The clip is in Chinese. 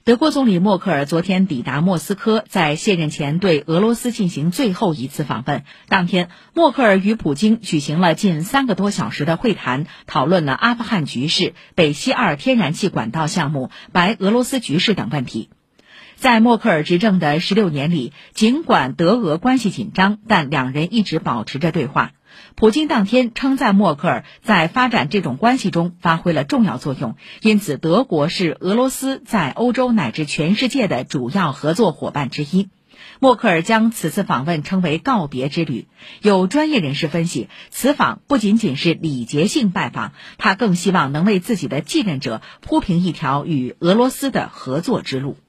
德国总理默克尔昨天抵达莫斯科，在卸任前对俄罗斯进行最后一次访问。当天，默克尔与普京举行了近3个多小时的会谈，讨论了阿富汗局势、北溪2天然气管道项目、白俄罗斯局势等问题。在默克尔执政的16年里，尽管德俄关系紧张，但两人一直保持着对话。普京当天称赞默克尔在发展这种关系中发挥了重要作用，因此德国是俄罗斯在欧洲乃至全世界的主要合作伙伴之一。默克尔将此次访问称为告别之旅。有专业人士分析，此访不仅仅是礼节性拜访，他更希望能为自己的继任者铺平一条与俄罗斯的合作之路。